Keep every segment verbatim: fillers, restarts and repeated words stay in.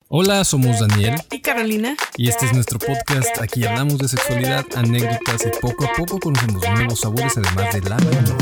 Hola, somos Daniel y Carolina y este es nuestro podcast. Aquí hablamos de sexualidad, anécdotas y poco a poco conocemos nuevos sabores además de la vainilla.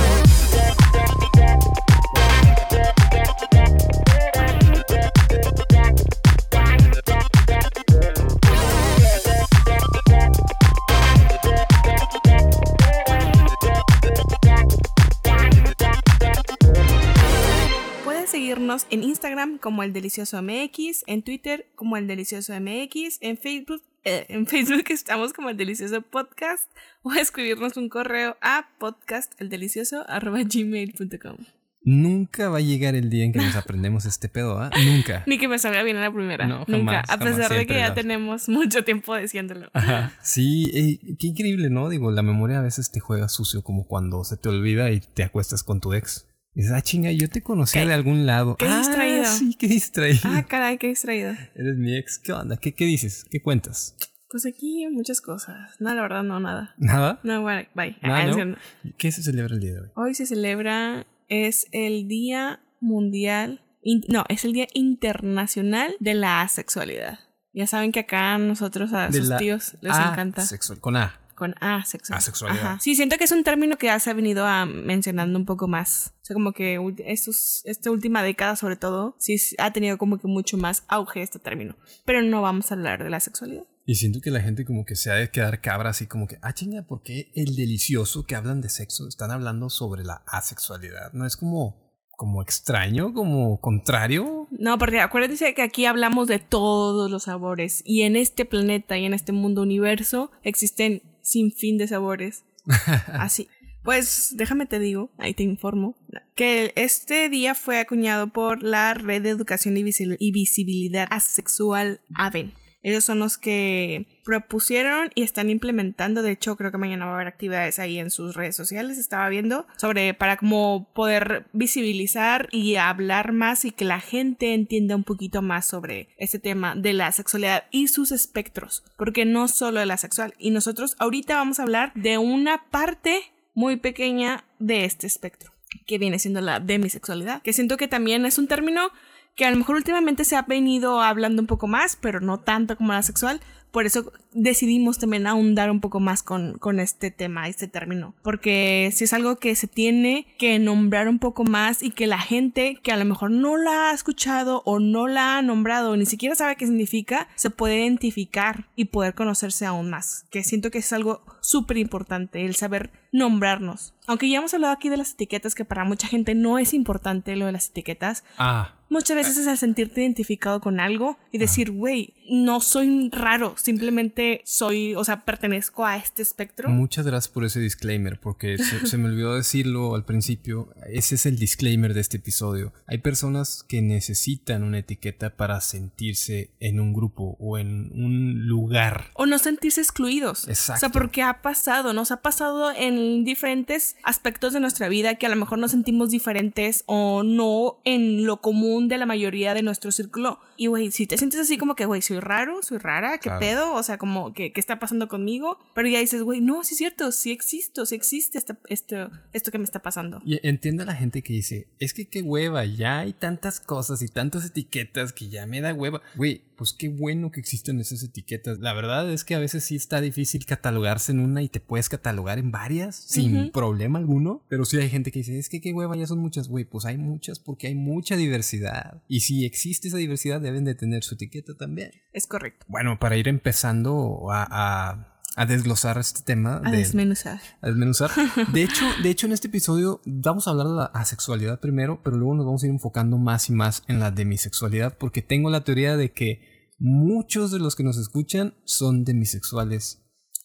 Seguirnos en Instagram como El Delicioso M X, en Twitter como El Delicioso M X, en Facebook, eh, en Facebook estamos como El Delicioso Podcast, o escribirnos un correo a podcasteldelicioso arroba gmail punto com. Nunca va a llegar el día en que nos aprendemos este pedo, ¿ah? ¿eh? Nunca. Ni que me salga bien a la primera. No, jamás, Nunca. A pesar jamás, de que ya lo... tenemos mucho tiempo diciéndolo. Ajá. Sí, eh, qué increíble, ¿no? Digo, la memoria a veces te juega sucio, como cuando se te olvida y te acuestas con tu ex. Dices, ah, chinga, yo te conocía ¿Qué? de algún lado. Qué ah, distraído. Sí, qué distraído. Ah, caray, qué distraído. Eres mi ex. ¿Qué onda? ¿Qué, qué dices? ¿Qué cuentas? Pues aquí muchas cosas. No, la verdad, no, nada. ¿Nada? No, bueno, bye. Nada, ah, ¿no? ¿Qué se celebra el día de hoy? Hoy se celebra, es el Día Mundial, in, no, es el Día Internacional de la Asexualidad. Ya saben que acá nosotros a de sus tíos les encanta. Sexual, con A. Con asexual. Asexualidad. Ajá. Sí, siento que es un término que ya se ha venido a mencionando un poco más. O sea, como que estos, esta última década, sobre todo, sí ha tenido como que mucho más auge este término. Pero no vamos a hablar de la sexualidad. Y siento que la gente como que se ha de quedar cabra así como que, ah, chinga, ¿por qué el delicioso que hablan de sexo están hablando sobre la asexualidad? ¿No es como... como extraño, como contrario? No, porque acuérdense que aquí hablamos de todos los sabores y en este planeta y en este mundo universo existen sin fin de sabores. Así. Pues déjame te digo, ahí te informo, que este día fue acuñado por la Red de Educación y Visibilidad Asexual A V E N. Ellos son los que propusieron y están implementando. De hecho, creo que mañana va a haber actividades ahí en sus redes sociales. Estaba viendo sobre para como poder visibilizar y hablar más y que la gente entienda un poquito más sobre este tema de la sexualidad y sus espectros. Porque no solo de la sexual. Y nosotros ahorita vamos a hablar de una parte muy pequeña de este espectro, que viene siendo la demisexualidad. Que siento que también es un término que a lo mejor últimamente se ha venido hablando un poco más, pero no tanto como la sexual. Por eso decidimos también ahondar un poco más con, con este tema, este término. Porque si es algo que se tiene que nombrar un poco más y que la gente que a lo mejor no la ha escuchado o no la ha nombrado o ni siquiera sabe qué significa, se puede identificar y poder conocerse aún más. Que siento que es algo súper importante, el saber nombrarnos. Aunque ya hemos hablado aquí de las etiquetas, que para mucha gente no es importante lo de las etiquetas. Ah. Muchas veces es el sentirte identificado con algo y decir, güey, no soy raro, simplemente soy, o sea, pertenezco a este espectro. Muchas gracias por ese disclaimer, porque se, se me olvidó decirlo al principio. Ese es el disclaimer de este episodio. Hay personas que necesitan una etiqueta para sentirse en un grupo o en un lugar. O no sentirse excluidos. Exacto. O sea, porque ha pasado, nos ha pasado en diferentes aspectos de nuestra vida que a lo mejor nos sentimos diferentes o no en lo común de la mayoría de nuestro círculo. Y güey, si te sientes así como que güey, soy raro, soy rara, ¿qué claro. pedo? O sea, como que ¿qué está pasando conmigo? Pero ya dices, güey, no, sí es cierto, sí existo, sí existe esto, esto, esto que me está pasando. Y entiendo a la gente que dice, es que qué hueva, ya hay tantas cosas y tantas etiquetas que ya me da hueva. Güey, pues qué bueno que existen esas etiquetas. La verdad es que a veces sí está difícil catalogarse en una y te puedes catalogar en varias sin uh-huh. problema alguno. Pero sí hay gente que dice, es que qué hueva, ya son muchas. Güey, pues hay muchas porque hay mucha diversidad. Y si existe esa diversidad, deben de tener su etiqueta también. Es correcto. Bueno, para ir empezando a... a a desglosar este tema. A de, desmenuzar. A desmenuzar. De hecho, de hecho, en este episodio vamos a hablar de la asexualidad primero, pero luego nos vamos a ir enfocando más y más en la demisexualidad, porque tengo la teoría de que muchos de los que nos escuchan son demisexuales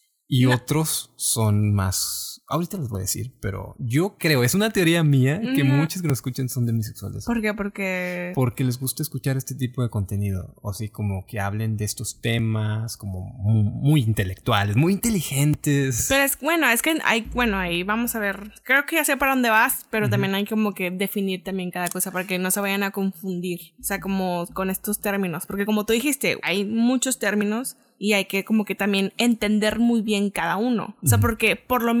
y no. otros son más... Ahorita les voy a decir, pero yo creo, es una teoría mía que no. muchos que nos escuchan son demisexuales. ¿Por qué? Porque... Porque les gusta escuchar este tipo de contenido. O así como que hablen de estos temas como muy, muy intelectuales, muy inteligentes. Pero es, bueno, es que hay, bueno, ahí vamos a ver. Creo que ya sé para dónde vas, pero uh-huh. también hay como que definir también cada cosa para que no se vayan a confundir. O sea, como con estos términos. Porque como tú dijiste, hay muchos términos y hay que como que también entender muy bien cada uno. O sea, uh-huh. porque por lo mismo que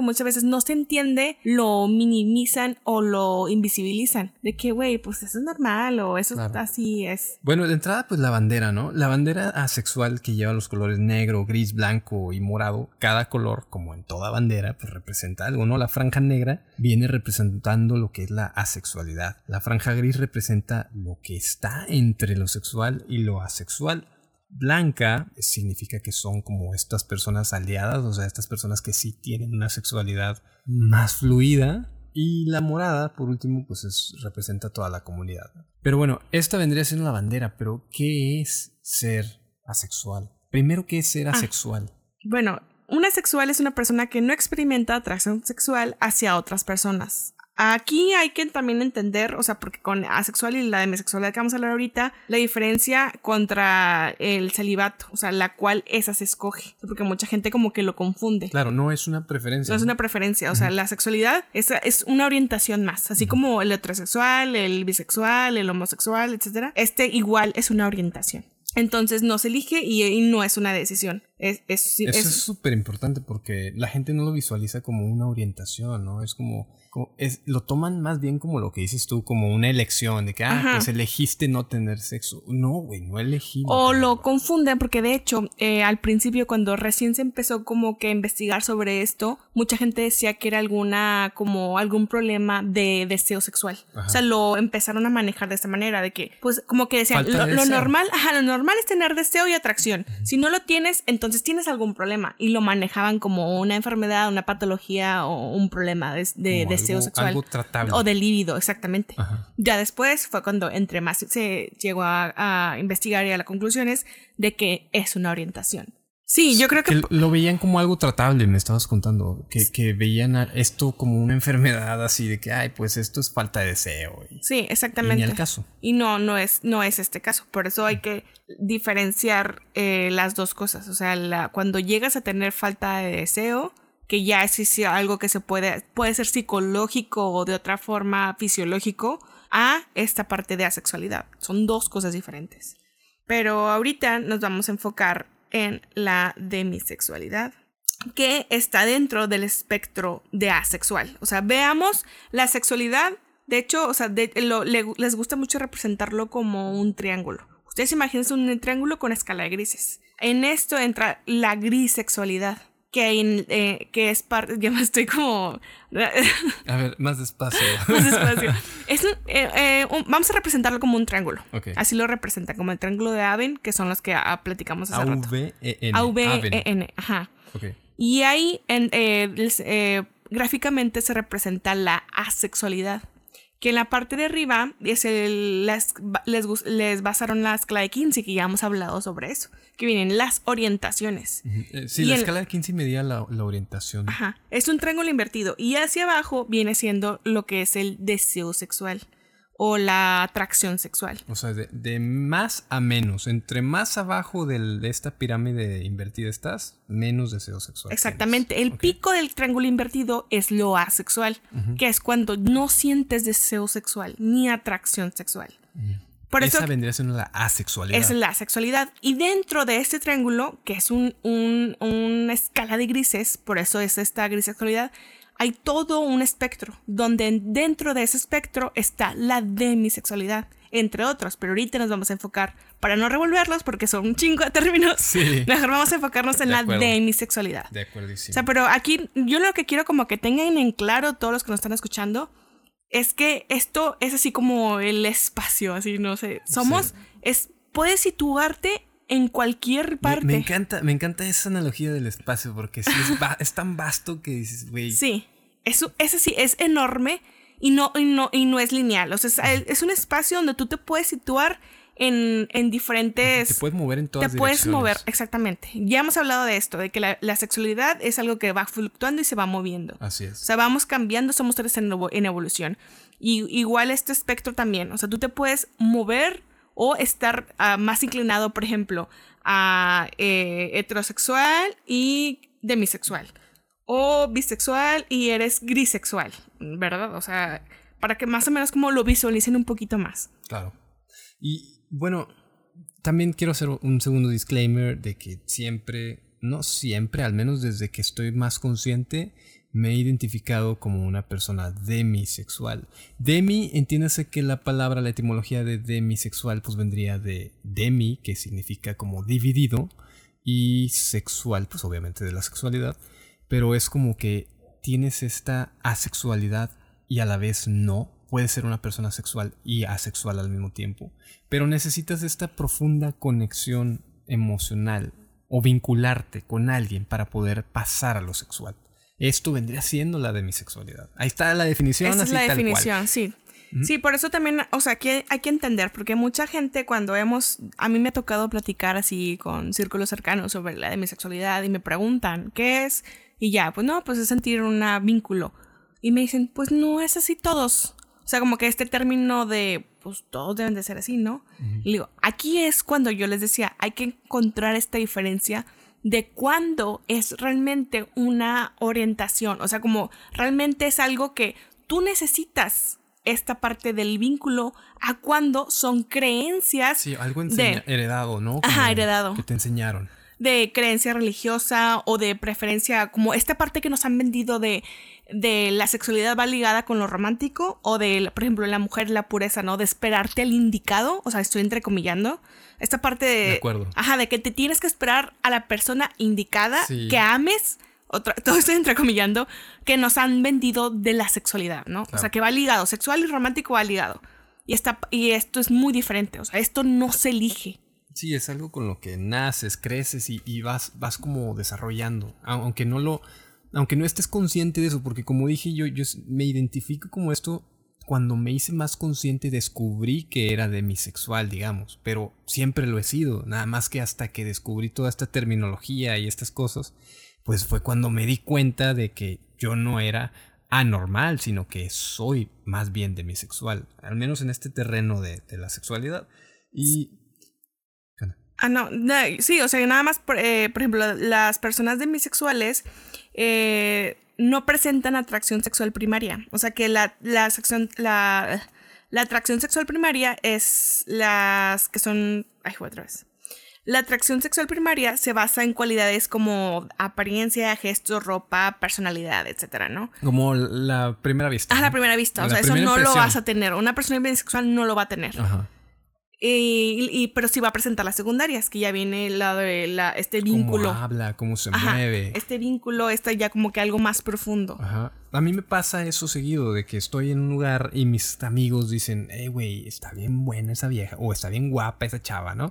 muchas veces no se entiende, lo minimizan o lo invisibilizan. De que, güey, pues eso es normal o eso claro. así es. Bueno, de entrada, pues la bandera, ¿no? La bandera asexual que lleva los colores negro, gris, blanco y morado. Cada color, como en toda bandera, pues representa algo, ¿no? La franja negra viene representando lo que es la asexualidad. La franja gris representa lo que está entre lo sexual y lo asexual. Blanca significa que son como estas personas aliadas, o sea, estas personas que sí tienen una sexualidad más fluida. Y la morada, por último, pues es, representa toda la comunidad. Pero bueno, esta vendría siendo la bandera, pero ¿qué es ser asexual? Primero, ¿qué es ser asexual? Ah, bueno, un asexual es una persona que no experimenta atracción sexual hacia otras personas. Aquí hay que también entender, o sea, porque con asexual y la demisexualidad que vamos a hablar ahorita, la diferencia contra el celibato, o sea, la cual esa se escoge, porque mucha gente como que lo confunde. Claro, no es una preferencia. No, ¿no? es una preferencia, o uh-huh. sea, la sexualidad es, es una orientación más, así uh-huh. como el heterosexual, el bisexual, el homosexual, etcétera. Este igual es una orientación. Entonces no se elige y, y no es una decisión. Es, es, Eso es súper importante porque la gente no lo visualiza como una orientación, ¿no? Es como, como es, lo toman más bien como lo que dices tú, como una elección, de que, ah, Ajá. pues elegiste no tener sexo. No, güey, no elegí. No o tenerlo. Lo confunden porque de hecho, eh, al principio cuando recién se empezó como que a investigar sobre esto, mucha gente decía que era alguna, como algún problema de deseo sexual. Ajá. O sea, lo empezaron a manejar de esta manera, de que, pues, como que decían, lo, lo normal, ajá, lo normal es tener deseo y atracción. Uh-huh. Si no lo tienes, entonces entonces tienes algún problema y lo manejaban como una enfermedad, una patología o un problema de, de deseo algo, sexual algo tratable. O de líbido, exactamente. Ajá. Ya después fue cuando entre más se llegó a, a investigar y a las conclusiones de que es una orientación. Sí, yo creo que... que lo veían como algo tratable, me estabas contando, que, que veían esto como una enfermedad así de que, ay, pues esto es falta de deseo. Y, sí, exactamente. Y ni al caso. Y no, no es, no es este caso, por eso hay que diferenciar eh, las dos cosas, o sea, la, cuando llegas a tener falta de deseo, que ya es algo que se puede, puede ser psicológico o de otra forma fisiológico, a esta parte de asexualidad. Son dos cosas diferentes. Pero ahorita nos vamos a enfocar en la demisexualidad, que está dentro del espectro de asexual. O sea, veamos la sexualidad, de hecho, o sea, de, lo, le, les gusta mucho representarlo como un triángulo. Ustedes imagínense un triángulo con escala de grises. En esto entra la grisexualidad, que, en, eh, que es parte... Ya me estoy como... A ver, más despacio. Más despacio. Es un, eh, eh, un, vamos a representarlo como un triángulo. Okay. Así lo representa, como el triángulo de Aven, que son los que ah, platicamos hace rato. A V E N. A V E N, ajá. Okay. Y ahí en, eh, les, eh, gráficamente se representa la asexualidad, que en la parte de arriba es el, las, les, les basaron la escala de Kinsey, que ya hemos hablado sobre eso, que vienen las orientaciones. Uh-huh. Sí, y la el, escala de Kinsey medía la, la orientación. Ajá, es un triángulo invertido y hacia abajo viene siendo lo que es el deseo sexual o la atracción sexual. O sea, de, de más a menos. Entre más abajo del, de esta pirámide invertida estás, menos deseo sexual. Exactamente. Tienes. El okay. pico del triángulo invertido es lo asexual, uh-huh. que es cuando no sientes deseo sexual ni atracción sexual. Uh-huh. Por Esa eso vendría siendo la asexualidad. Es la sexualidad. Y dentro de este triángulo, que es un, un, una escala de grises, por eso es esta grisexualidad, hay todo un espectro, donde dentro de ese espectro está la demisexualidad, entre otros, pero ahorita nos vamos a enfocar, para no revolverlos, porque son un chingo de términos, sí. mejor vamos a enfocarnos en de la acuerdo. demisexualidad. De acuerdísimo. O sea, pero aquí yo lo que quiero como que tengan en claro todos los que nos están escuchando, es que esto es así como el espacio, así, no sé, somos, sí. es, puedes situarte en cualquier parte. Me, me encanta, me encanta esa analogía del espacio porque sí es, va, es tan vasto que dices, güey. Sí, eso, ese sí es enorme y no, y no, y no es lineal. O sea, es, es un espacio donde tú te puedes situar en, en diferentes... Te puedes mover en todas Te puedes direcciones. mover, exactamente. Ya hemos hablado de esto, de que la, la sexualidad es algo que va fluctuando y se va moviendo. Así es. O sea, vamos cambiando, somos seres en, en evolución. Y igual este espectro también. O sea, tú te puedes mover o estar uh, más inclinado, por ejemplo, a eh, heterosexual y demisexual. O bisexual y eres grisexual, ¿verdad? O sea, para que más o menos como lo visualicen un poquito más. Claro. Y bueno, también quiero hacer un segundo disclaimer de que siempre, no siempre, al menos desde que estoy más consciente, me he identificado como una persona demisexual. Demi, entiéndase que la palabra, la etimología de demisexual pues vendría de demi, que significa como dividido, y sexual, pues obviamente de la sexualidad, pero es como que tienes esta asexualidad y a la vez no. Puedes ser una persona sexual y asexual al mismo tiempo, pero necesitas esta profunda conexión emocional o vincularte con alguien para poder pasar a lo sexual. Esto vendría siendo la demisexualidad. Ahí está la definición. Esa así es la tal definición, cual. sí. ¿Mm? Sí, por eso también, o sea, que hay que entender, porque mucha gente cuando hemos, a mí me ha tocado platicar así con círculos cercanos sobre la demisexualidad y me preguntan, ¿qué es? Y ya, pues no, pues es sentir un vínculo. Y me dicen, pues no es así todos. O sea, como que este término de, pues todos deben de ser así, ¿no? Uh-huh. Y digo, aquí es cuando yo les decía, hay que encontrar esta diferencia de cuándo es realmente una orientación. O sea, como realmente es algo que tú necesitas esta parte del vínculo a cuando son creencias. Sí, algo enseña- de, heredado, ¿no? Como ajá, heredado. Que te enseñaron. De creencia religiosa o de preferencia, como esta parte que nos han vendido de, de la sexualidad va ligada con lo romántico o de, por ejemplo, la mujer, la pureza, ¿no? De esperarte al indicado, o sea, estoy entrecomillando. Esta parte de... De acuerdo. Ajá, de que te tienes que esperar a la persona indicada, sí. Que ames, otra, todo estoy entrecomillando, que nos han vendido de la sexualidad, ¿no? Claro. O sea, que va ligado, sexual y romántico va ligado. Y, esta, y esto es muy diferente, o sea, esto no se elige. Sí, es algo con lo que naces, creces y, y vas, vas como desarrollando, aunque no lo, aunque no estés consciente de eso, porque como dije yo, yo me identifico como esto cuando me hice más consciente, descubrí que era demisexual, digamos, pero siempre lo he sido, nada más que hasta que descubrí toda esta terminología y estas cosas, pues fue cuando me di cuenta de que yo no era anormal, sino que soy más bien demisexual, al menos en este terreno de, de la sexualidad. Y Ah, no, no, sí, o sea, nada más, por, eh, por ejemplo, las personas demisexuales eh, no presentan atracción sexual primaria. O sea, que la, la, sección, la, la atracción sexual primaria es las que son... Ay, otra vez. La atracción sexual primaria se basa en cualidades como apariencia, gestos, ropa, personalidad, etcétera, ¿no? Como la primera vista. Ah, ¿no? La primera vista. O la sea, eso no impresión. Lo vas a tener. Una persona bisexual no lo va a tener. Ajá. Y, y, pero sí va a presentar las secundarias, que ya viene la de la, este vínculo. Cómo habla, cómo se Ajá, mueve. Este vínculo está ya como que algo más profundo. Ajá. A mí me pasa eso seguido, de que estoy en un lugar y mis amigos dicen, hey, güey, está bien buena esa vieja, o está bien guapa esa chava, ¿no?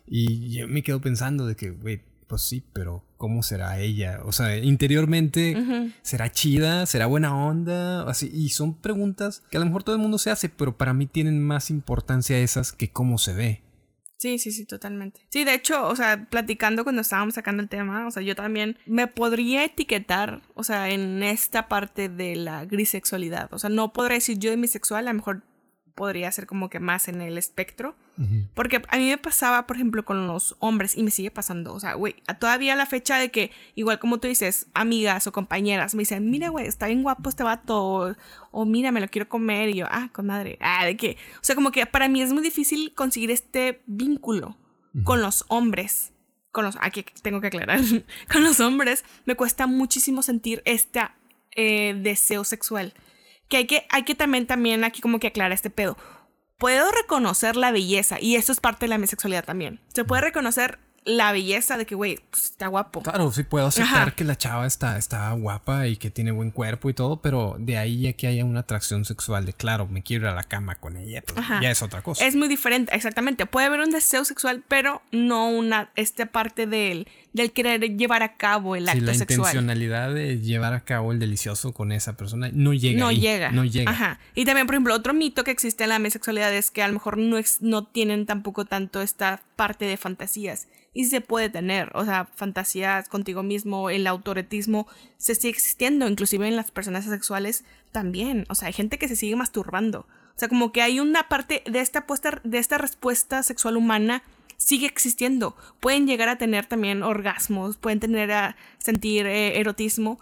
Y yo me quedo pensando de que, güey, pues sí, pero ¿cómo será ella? O sea, interiormente, uh-huh. ¿será chida? ¿Será buena onda? Así, y son preguntas que a lo mejor todo el mundo se hace, pero para mí tienen más importancia esas que cómo se ve. Sí, sí, sí, totalmente. Sí, de hecho, o sea, platicando cuando estábamos sacando el tema, o sea, yo también me podría etiquetar, o sea, en esta parte de la grisexualidad. O sea, no podría decir yo demisexual, a lo mejor podría ser como que más en el espectro. Uh-huh. Porque a mí me pasaba, por ejemplo, con los hombres, y me sigue pasando, o sea, güey, todavía a la fecha de que, igual como tú dices, amigas o compañeras me dicen, mira, güey, está bien guapo este vato, o, o mira, me lo quiero comer, y yo, ah, con madre, ah, de qué. O sea, como que para mí es muy difícil conseguir este vínculo uh-huh. con los hombres. Con los, aquí tengo que aclarar, con los hombres me cuesta muchísimo sentir este eh, deseo sexual. Que hay que, hay que también, también aquí como que aclarar este pedo. Puedo reconocer la belleza, y esto es parte de la bisexualidad también. Se puede reconocer la belleza de que, güey, pues, está guapo. Claro, sí puedo aceptar Ajá. que la chava está, está guapa y que tiene buen cuerpo y todo, pero de ahí a que haya una atracción sexual de, claro, me quiero ir a la cama con ella, pues ya es otra cosa. Es muy diferente, exactamente. Puede haber un deseo sexual, pero no una, esta parte del, del querer llevar a cabo el acto sí, la sexual. La intencionalidad de llevar a cabo el delicioso con esa persona no llega No ahí, llega. No llega. Ajá. Y también, por ejemplo, otro mito que existe en la bisexualidad es que a lo mejor no, es, no tienen tampoco tanto esta parte de fantasías. Y se puede tener, o sea, fantasías contigo mismo, el autoretismo se sigue existiendo, inclusive en las personas asexuales también. O sea, hay gente que se sigue masturbando. O sea, como que hay una parte de esta, puesta, de esta respuesta sexual humana sigue existiendo. Pueden llegar a tener también orgasmos, pueden tener a sentir eh, erotismo.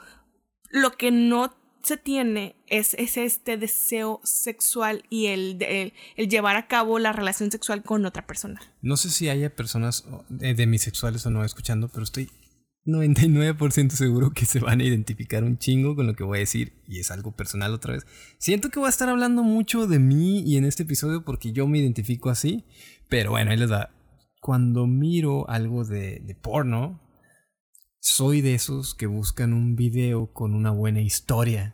Lo que no se tiene es, es este deseo sexual y el, el, el llevar a cabo la relación sexual con otra persona. No sé si haya personas demisexuales o no escuchando, pero estoy noventa y nueve por ciento seguro que se van a identificar un chingo con lo que voy a decir, y es algo personal otra vez. Siento que voy a estar hablando mucho de mí y en este episodio porque yo me identifico así, pero bueno, ahí les da. Cuando miro algo de, de porno, soy de esos que buscan un video con una buena historia.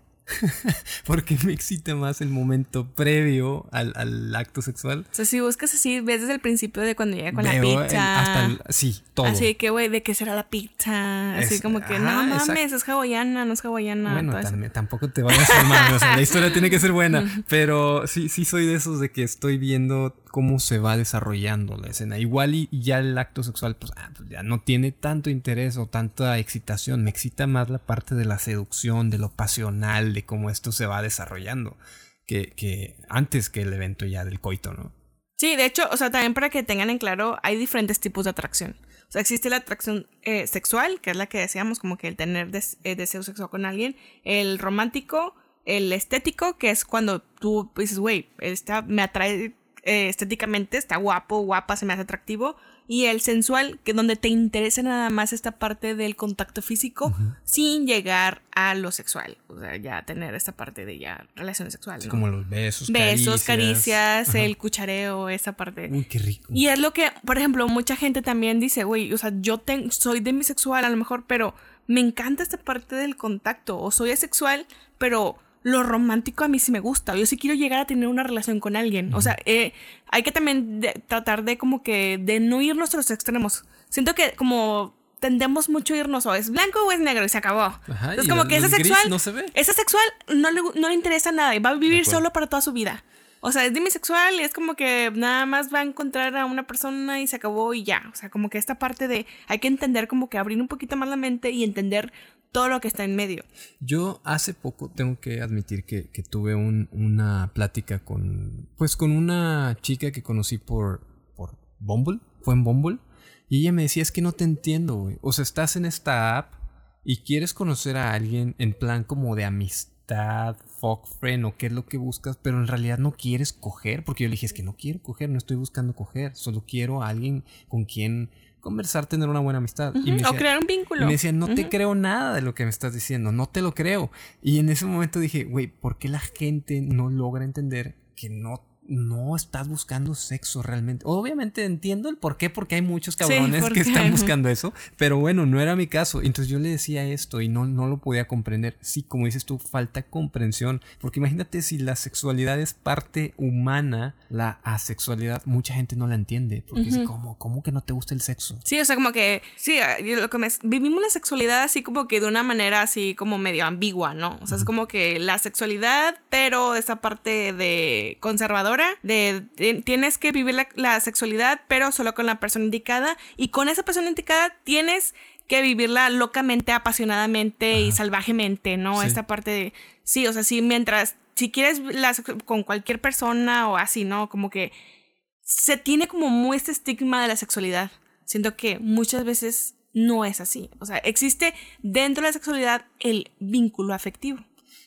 Porque me excita más el momento previo al, al acto sexual. O sea, si buscas así, ves desde el principio de cuando llega con Veo la pizza. El, hasta el, sí, todo. Así que, güey, ¿de qué será la pizza? Así es, como que, ajá, no mames, exacto. Es hawaiana, no es hawaiana. Bueno, también, tampoco te vayas a mal, o sea, la historia tiene que ser buena. Pero sí, sí soy de esos de que estoy viendo cómo se va desarrollando la escena. Igual y, y ya el acto sexual, pues, ah, pues ya no tiene tanto interés o tanta excitación. Me excita más la parte de la seducción, de lo pasional, de cómo esto se va desarrollando, que, que antes que el evento ya del coito, ¿no? Sí, de hecho, o sea, también para que tengan en claro, hay diferentes tipos de atracción. O sea, existe la atracción eh, sexual, que es la que decíamos, como que el tener des eh, deseo sexual con alguien, el romántico, el estético, que es cuando tú dices, güey, esta me atrae eh, estéticamente, está guapo, guapa, se me hace atractivo. Y el sensual, que donde te interesa nada más esta parte del contacto físico, uh-huh, sin llegar a lo sexual. O sea, ya tener esta parte de ya relaciones sexuales, sí, ¿no? Como los besos, Besos, caricias, caricias, el cuchareo, esa parte. Uy, qué rico. Y es lo que, por ejemplo, mucha gente también dice, güey, o sea, yo ten, soy demisexual a lo mejor, pero me encanta esta parte del contacto. O soy asexual, pero lo romántico a mí sí me gusta. Yo sí quiero llegar a tener una relación con alguien. Uh-huh. O sea, eh, hay que también de, tratar de como que de no irnos a los extremos. Siento que como tendemos mucho a irnos o es blanco o es negro y se acabó. Ajá, entonces como que ese sexual, no se ve. ese sexual no le, no le interesa nada y va a vivir solo para toda su vida. O sea, es demisexual y es como que nada más va a encontrar a una persona y se acabó y ya. O sea, como que esta parte de hay que entender como que abrir un poquito más la mente y entender todo lo que está en medio. Yo hace poco tengo que admitir que, que tuve un, una plática con, pues con una chica que conocí por, por Bumble, fue en Bumble, y ella me decía, es que no te entiendo, güey. O sea, estás en esta app y quieres conocer a alguien en plan como de amistad, fuck friend o qué es lo que buscas, pero en realidad no quieres coger, porque yo le dije, es que no quiero coger, no estoy buscando coger, solo quiero a alguien con quien conversar, tener una buena amistad. Uh-huh, y me decía, o crear un vínculo. Y me decía, no uh-huh. te creo nada de lo que me estás diciendo, no te lo creo. Y en ese momento dije, güey, ¿por qué la gente no logra entender que no, no estás buscando sexo realmente? Obviamente entiendo el por qué, porque hay muchos cabrones sí, que están buscando eso, pero bueno, no era mi caso. Entonces yo le decía esto y no, no lo podía comprender. Sí, como dices tú, falta comprensión, porque imagínate si la sexualidad es parte humana, la asexualidad, mucha gente no la entiende, porque uh-huh. dice, ¿cómo, ¿cómo que no te gusta el sexo? Sí, o sea, como que, sí, lo que me, vivimos la sexualidad así como que de una manera así como medio ambigua, ¿no? O sea, uh-huh. es como que la sexualidad, pero esa parte de conservadora, De, de tienes que vivir la, la sexualidad pero solo con la persona indicada y con esa persona indicada tienes que vivirla locamente, apasionadamente Ajá. y salvajemente, ¿no? Sí. Esta parte de, sí, o sea, sí, mientras, si quieres la, con cualquier persona o así, ¿no? Como que se tiene como muy este estigma de la sexualidad. Siento que muchas veces no es así. O sea, existe dentro de la sexualidad el vínculo afectivo.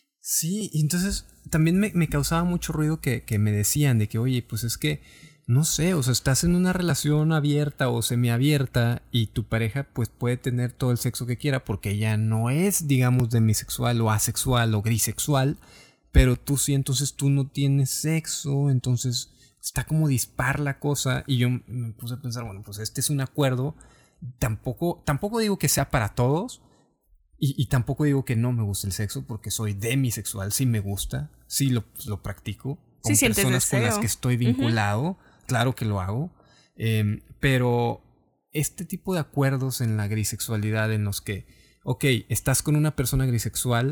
Sí, y entonces también me, me causaba mucho ruido que, que me decían de que, oye, pues es que, no sé, o sea, estás en una relación abierta o semiabierta y tu pareja pues puede tener todo el sexo que quiera porque ella no es, digamos, demisexual o asexual o grisexual, pero tú sí, entonces tú no tienes sexo, entonces está como dispar la cosa y yo me puse a pensar, bueno, pues este es un acuerdo, tampoco, tampoco digo que sea para todos. Y, y tampoco digo que no me gusta el sexo porque soy demisexual, sí me gusta, sí lo, lo practico con sí, personas con las que estoy vinculado, uh-huh. claro que lo hago, eh, pero este tipo de acuerdos en la grisexualidad en los que, ok, estás con una persona grisexual,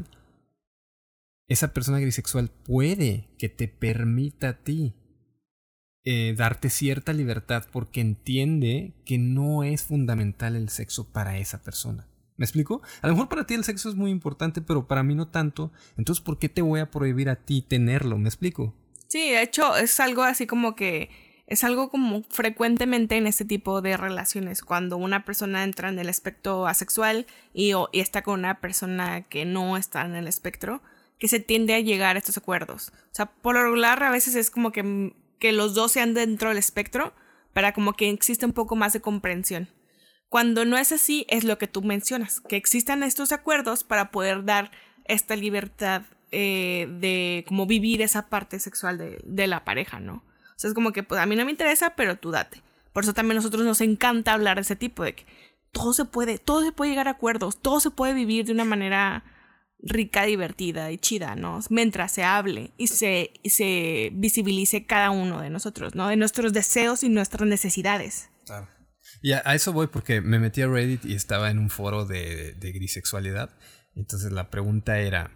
esa persona grisexual puede que te permita a ti eh, darte cierta libertad porque entiende que no es fundamental el sexo para esa persona. ¿Me explico? A lo mejor para ti el sexo es muy importante, pero para mí no tanto. Entonces, ¿por qué te voy a prohibir a ti tenerlo? ¿Me explico? Sí, de hecho, es algo así como que... Es algo como frecuentemente en este tipo de relaciones. Cuando una persona entra en el espectro asexual y, o, y está con una persona que no está en el espectro, que se tiende a llegar a estos acuerdos. O sea, por lo regular a veces es como que, que los dos sean dentro del espectro para como que exista un poco más de comprensión. Cuando no es así, es lo que tú mencionas, que existan estos acuerdos para poder dar esta libertad eh, de como vivir esa parte sexual de, de la pareja, ¿no? O sea, es como que pues, a mí no me interesa, pero tú date. Por eso también a nosotros nos encanta hablar de ese tipo, de que todo se puede, todo se puede llegar a acuerdos, todo se puede vivir de una manera rica, divertida y chida, ¿no? Mientras se hable y se, y se visibilice cada uno de nosotros, ¿no? De nuestros deseos y nuestras necesidades. Claro. Y a, a eso voy porque me metí a Reddit y estaba en un foro de, de grisexualidad. Entonces la pregunta era,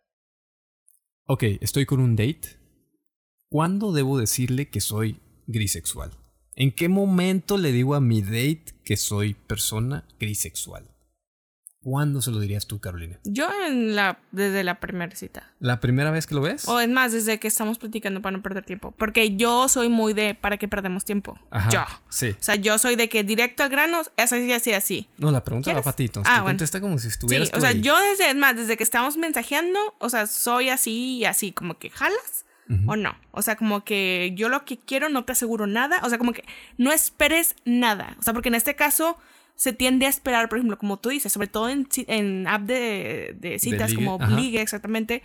ok, estoy con un date. ¿Cuándo debo decirle que soy grisexual? ¿En qué momento le digo a mi date que soy persona grisexual? ¿Cuándo se lo dirías tú, Carolina? Yo en la, desde la primera cita. ¿La primera vez que lo ves? O es más, desde que estamos platicando para no perder tiempo. Porque yo soy muy de ¿para qué perdemos tiempo? Ajá, yo. Sí. O sea, yo soy de que directo al grano, es así, así, así. No, la pregunta va para ti, entonces Ah, tú bueno. contesta como si estuvieras Sí, tú o sea, ahí. yo desde, es más, desde que estamos mensajeando, o sea, soy así y así, como que jalas uh-huh. o no. O sea, como que yo lo que quiero no te aseguro nada. O sea, como que no esperes nada. O sea, porque en este caso se tiende a esperar, por ejemplo, como tú dices, sobre todo en, en app de, de citas de ligue, como ajá. Ligue, exactamente.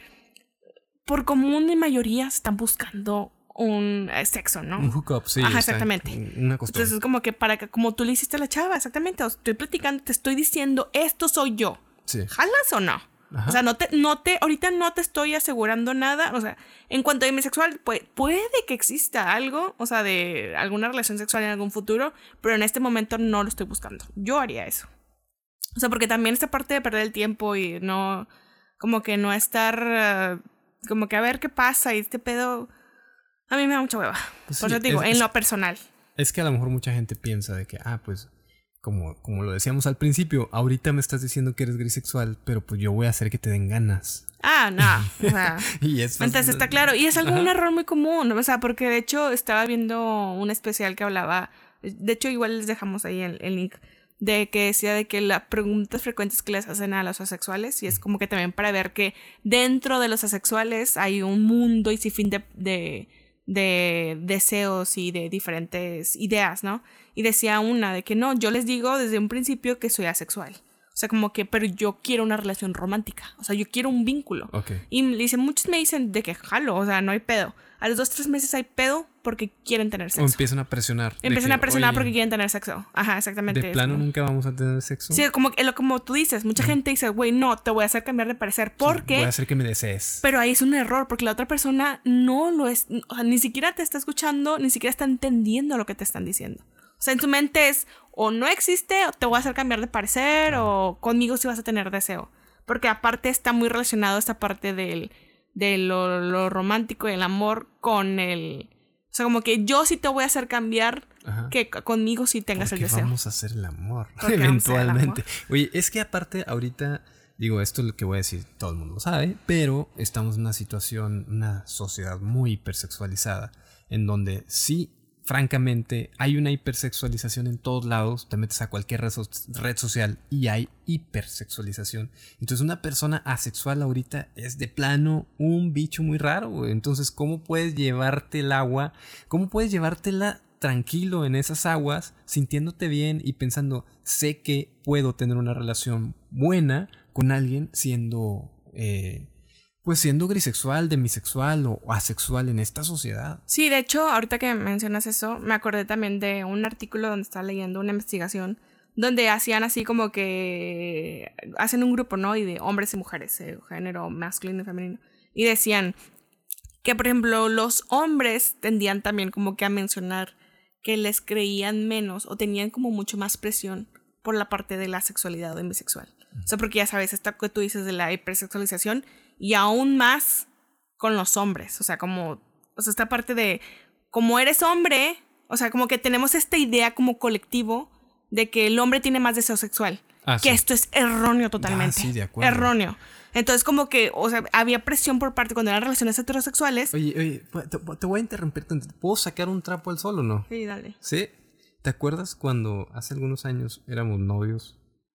Por común de mayoría están buscando un eh, sexo, ¿no? Un hookup, sí. Ajá, exactamente. Sea, una costumbre. Entonces es como que para que, como tú le hiciste a la chava, exactamente. O estoy platicando, te estoy diciendo, esto soy yo. Sí. ¿Jalas o no? Ajá. O sea, no te, no te, ahorita no te estoy asegurando nada. O sea, en cuanto a bisexual, puede, puede que exista algo, o sea, de alguna relación sexual en algún futuro, pero en este momento no lo estoy buscando. Yo haría eso. O sea, porque también esta parte de perder el tiempo y no, como que no estar, uh, como que a ver qué pasa y este pedo, a mí me da mucha hueva. Pues Por sí, eso te digo, es, en lo personal. Es que a lo mejor mucha gente piensa de que, ah, pues... Como, como lo decíamos al principio, ahorita me estás diciendo que eres grisexual, pero pues yo voy a hacer que te den ganas. Ah, no. O sea, y es entonces está claro. Y es algo, un error muy común. O sea, porque de hecho estaba viendo un especial que hablaba. De hecho, igual les dejamos ahí el, el link. De que decía de que las preguntas frecuentes que les hacen a los asexuales. Y es como que también para ver que dentro de los asexuales hay un mundo y sin fin de, de, de deseos y de diferentes ideas, ¿no? Y decía una de que no, yo les digo desde un principio que soy asexual. O sea, como que, pero yo quiero una relación romántica. O sea, yo quiero un vínculo. Okay. Y dicen, muchos me dicen de que jalo, o sea, no hay pedo. A los dos, tres meses hay pedo porque quieren tener sexo. O empiezan a presionar. Empiezan que, a presionar porque quieren tener sexo. Ajá, exactamente. ¿De plano como... nunca vamos a tener sexo? Sí, como, como tú dices, mucha uh-huh. gente dice, güey, no, te voy a hacer cambiar de parecer porque... Sí, voy a hacer que me desees. Pero ahí es un error porque la otra persona no lo es, o sea, ni siquiera te está escuchando, ni siquiera está entendiendo lo que te están diciendo. O sea, en tu mente es o no existe o te voy a hacer cambiar de parecer uh-huh. o conmigo sí vas a tener deseo. Porque aparte está muy relacionado esta parte del... de lo, lo romántico y el amor con el... O sea, como que yo sí te voy a hacer cambiar, ajá. que conmigo sí tengas Porque el deseo. vamos a hacer el amor, eventualmente. El amor. Oye, es que aparte ahorita, digo, esto es lo que voy a decir, todo el mundo lo sabe, pero estamos en una situación, una sociedad muy hipersexualizada, en donde sí, francamente, hay una hipersexualización en todos lados. Te metes a cualquier red, so- red social y hay hipersexualización. Entonces una persona asexual ahorita es de plano un bicho muy raro, güey. Entonces, ¿cómo puedes llevarte el agua? ¿Cómo puedes llevártela tranquilo en esas aguas, sintiéndote bien y pensando, sé que puedo tener una relación buena con alguien siendo... Eh, Pues siendo grisexual, demisexual o asexual en esta sociedad. Sí, de hecho, ahorita que mencionas eso, me acordé también de un artículo donde estaba leyendo una investigación donde hacían así como que hacen un grupo, ¿no? Y de hombres y mujeres, eh, género masculino y femenino. Y decían que, por ejemplo, los hombres tendían también como que a mencionar que les creían menos o tenían como mucho más presión por la parte de la sexualidad o bisexual. Mm. O sea, porque ya sabes, esta que tú dices de la hipersexualización y aún más con los hombres. O sea, como, o sea, esta parte de, como eres hombre, o sea, como que tenemos esta idea como colectivo de que el hombre tiene más deseo sexual. Ah, que sí. Esto es erróneo totalmente. Ah, sí, de acuerdo. Erróneo. Entonces, como que, o sea, había presión por parte cuando eran relaciones heterosexuales. Oye, oye, te, te voy a interrumpir. ¿Puedo sacar un trapo al sol o no? Sí, dale. ¿Sí? ¿Te acuerdas cuando hace algunos años éramos novios?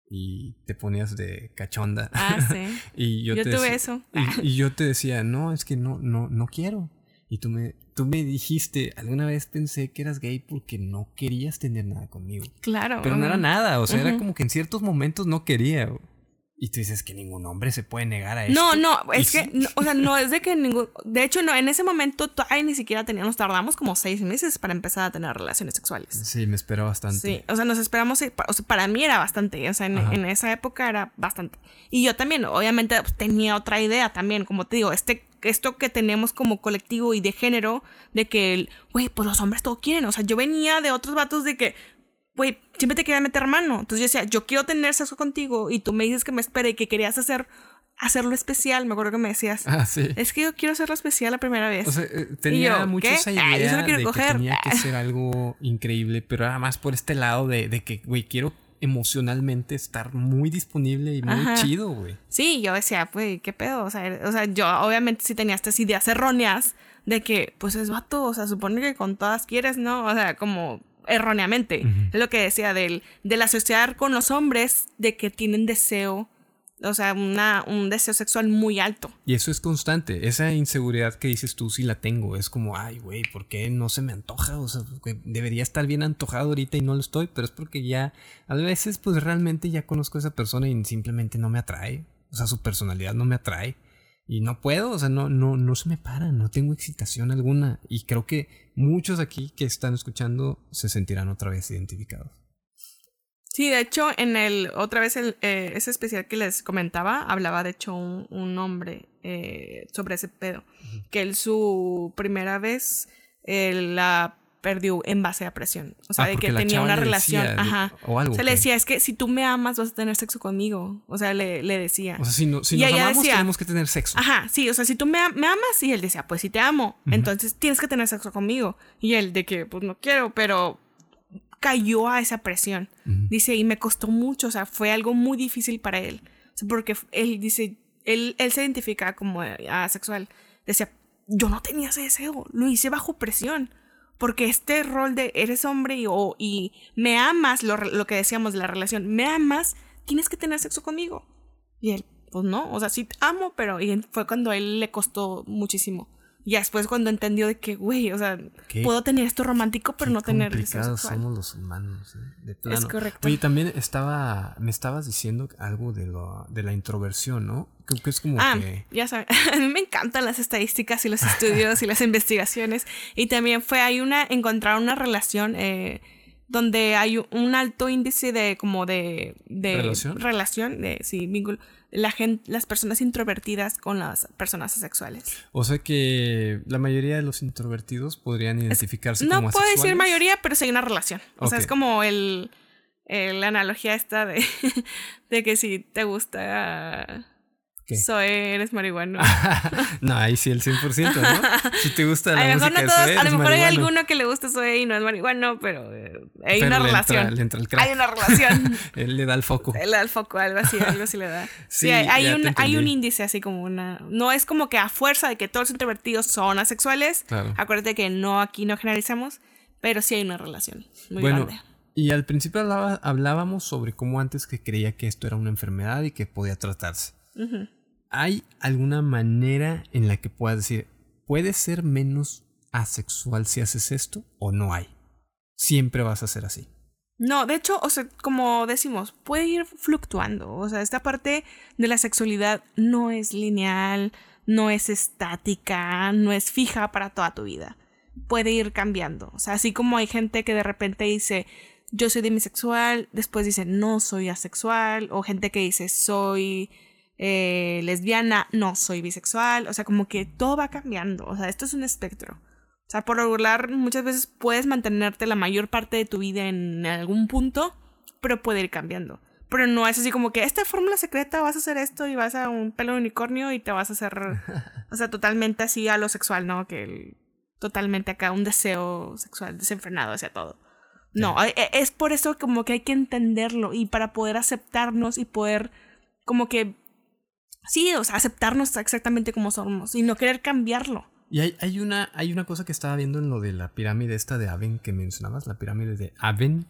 Y te ponías de cachonda. Ah, sí. y yo yo te tuve decía, eso. Y, y yo te decía, no, es que no, no, no quiero. Y tú me, tú tú me dijiste, alguna vez pensé que eras gay porque no querías tener nada conmigo. Claro. Pero no era nada, o sea, uh-huh. era como que en ciertos momentos no quería. Y tú dices que ningún hombre se puede negar a eso. No, no, es ¿Y que, sí? no, o sea, no es de que ningún... De hecho, no, en ese momento todavía ni siquiera teníamos, nos tardamos como seis meses para empezar a tener relaciones sexuales. Sí, me espero bastante. Sí, o sea, nos esperamos, o sea, para mí era bastante, o sea, en, en esa época era bastante. Y yo también, obviamente, pues, tenía otra idea también, como te digo, este, esto que tenemos como colectivo y de género, de que, güey, pues los hombres todo quieren, o sea, yo venía de otros vatos de que, güey, siempre te quería meter mano. Entonces yo decía, yo quiero tener sexo contigo y tú me dices que me espere y que querías hacer hacerlo especial. Me acuerdo que me decías, ah, sí. Es que yo quiero hacerlo especial la primera vez. O sea, tenía yo, mucho ¿qué? esa idea ah, yo solo quiero de coger. Que tenía que ser algo increíble, pero era más por este lado de, de que, güey, quiero emocionalmente estar muy disponible y muy Ajá. chido, güey. Sí, yo decía, güey, ¿qué pedo? O sea, o sea, yo obviamente sí tenía estas ideas erróneas de que, pues es vato, o sea, supone que con todas quieres, ¿no? O sea, como... erróneamente, uh-huh. es lo que decía del, del asociar con los hombres de que tienen deseo, o sea, una, un deseo sexual muy alto. Y eso es constante, esa inseguridad que dices tú sí la tengo, es como, ay güey, ¿por qué no se me antoja? O sea, debería estar bien antojado ahorita y no lo estoy, pero es porque ya, a veces pues realmente ya conozco a esa persona y simplemente no me atrae, o sea, su personalidad no me atrae. Y no puedo, o sea, no, no, no se me para, no tengo excitación alguna. Y creo que muchos aquí que están escuchando se sentirán otra vez identificados. Sí, de hecho, en el otra vez el, eh, ese especial que les comentaba, hablaba de hecho un, un hombre eh, sobre ese pedo. Uh-huh. Que él su primera vez eh, la perdió en base a presión. O sea, ah, de que tenía una relación. Decía, ajá. O algo. O sea, le decía, es que si tú me amas vas a tener sexo conmigo. O sea, le, le decía. O sea, si, no, si nos amamos decía, tenemos que tener sexo. Ajá, sí, o sea, si tú me, me amas, y él decía, pues si te amo, uh-huh. entonces tienes que tener sexo conmigo. Y él de que, pues no quiero, pero cayó a esa presión. Uh-huh. Dice, y me costó mucho, o sea, fue algo muy difícil para él. O sea, porque él dice, él, él se identifica como asexual. Decía, yo no tenía ese deseo, lo hice bajo presión. Porque este rol de eres hombre y, o, y me amas, lo, lo que decíamos de la relación, me amas, tienes que tener sexo conmigo. Y él, pues no, o sea, sí te amo, pero y fue cuando a él le costó muchísimo. Y después cuando entendió de que, güey, o sea, qué, puedo tener esto romántico, pero no tener deseo sexual. Somos los humanos, ¿eh? De plano. Es correcto. Oye, también estaba, me estabas diciendo algo de, lo, de la introversión, ¿no? Creo que es como ah, que... ya sabes, a mí me encantan las estadísticas y los estudios y las investigaciones. Y también fue, hay una, encontrar una relación eh, donde hay un alto índice de, como de... de ¿Relación? Relación, de, sí, vínculo. La gente, las personas introvertidas con las personas asexuales. O sea que la mayoría de los introvertidos podrían identificarse es, como no asexuales. No puedo decir mayoría, pero sí hay una relación. O okay. sea, es como el, el la analogía esta de, de que si te gusta... ¿Qué? Soy, eres marihuano. No, ahí sí el cien por ciento, ¿no? Si te gusta la a música no de todos, Zoé, a lo mejor marihuano. hay alguno que le gusta Zoé y no es marihuano, pero eh, hay pero una le relación. Entra, le entra el crack. Hay una relación. Él le da el foco. Él le da el foco, algo así, algo así le da. Sí, sí, hay, hay, un, hay un índice así como una... No es como que a fuerza de que todos los introvertidos son asexuales. Claro. Acuérdate que no, aquí no generalizamos, pero sí hay una relación muy bueno, grande. Y al principio hablaba, hablábamos sobre cómo antes que creía que esto era una enfermedad y que podía tratarse. Uh-huh. ¿Hay alguna manera en la que puedas decir, ¿puedes ser menos asexual si haces esto o no hay? Siempre vas a ser así. No, de hecho, o sea, como decimos, puede ir fluctuando. O sea, esta parte de la sexualidad no es lineal, no es estática, no es fija para toda tu vida. Puede ir cambiando. O sea, así como hay gente que de repente dice, yo soy demisexual, después dice, no soy asexual, o gente que dice, soy... Eh, lesbiana, no soy bisexual, o sea, como que todo va cambiando, o sea, esto es un espectro. O sea, por regular muchas veces puedes mantenerte la mayor parte de tu vida en algún punto, pero puede ir cambiando. Pero no es así como que esta fórmula secreta vas a hacer esto y vas a un pelo de unicornio y te vas a hacer, o sea, totalmente así a lo sexual, ¿no? Que el, totalmente acá un deseo sexual desenfrenado hacia todo. No, sí. Es por eso como que hay que entenderlo y para poder aceptarnos y poder como que sí, o sea, aceptarnos exactamente como somos y no querer cambiarlo. Y hay, hay, una, hay una cosa que estaba viendo en lo de la pirámide esta de Aven que mencionabas, la pirámide de Aven,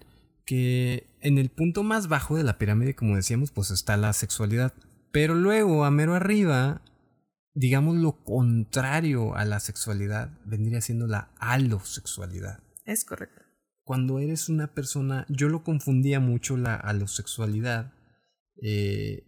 que en el punto más bajo de la pirámide, como decíamos, pues está la sexualidad. Pero luego, a mero arriba, digamos, lo contrario a la sexualidad vendría siendo la alosexualidad. Es correcto. Cuando eres una persona, yo lo confundía mucho la alosexualidad eh,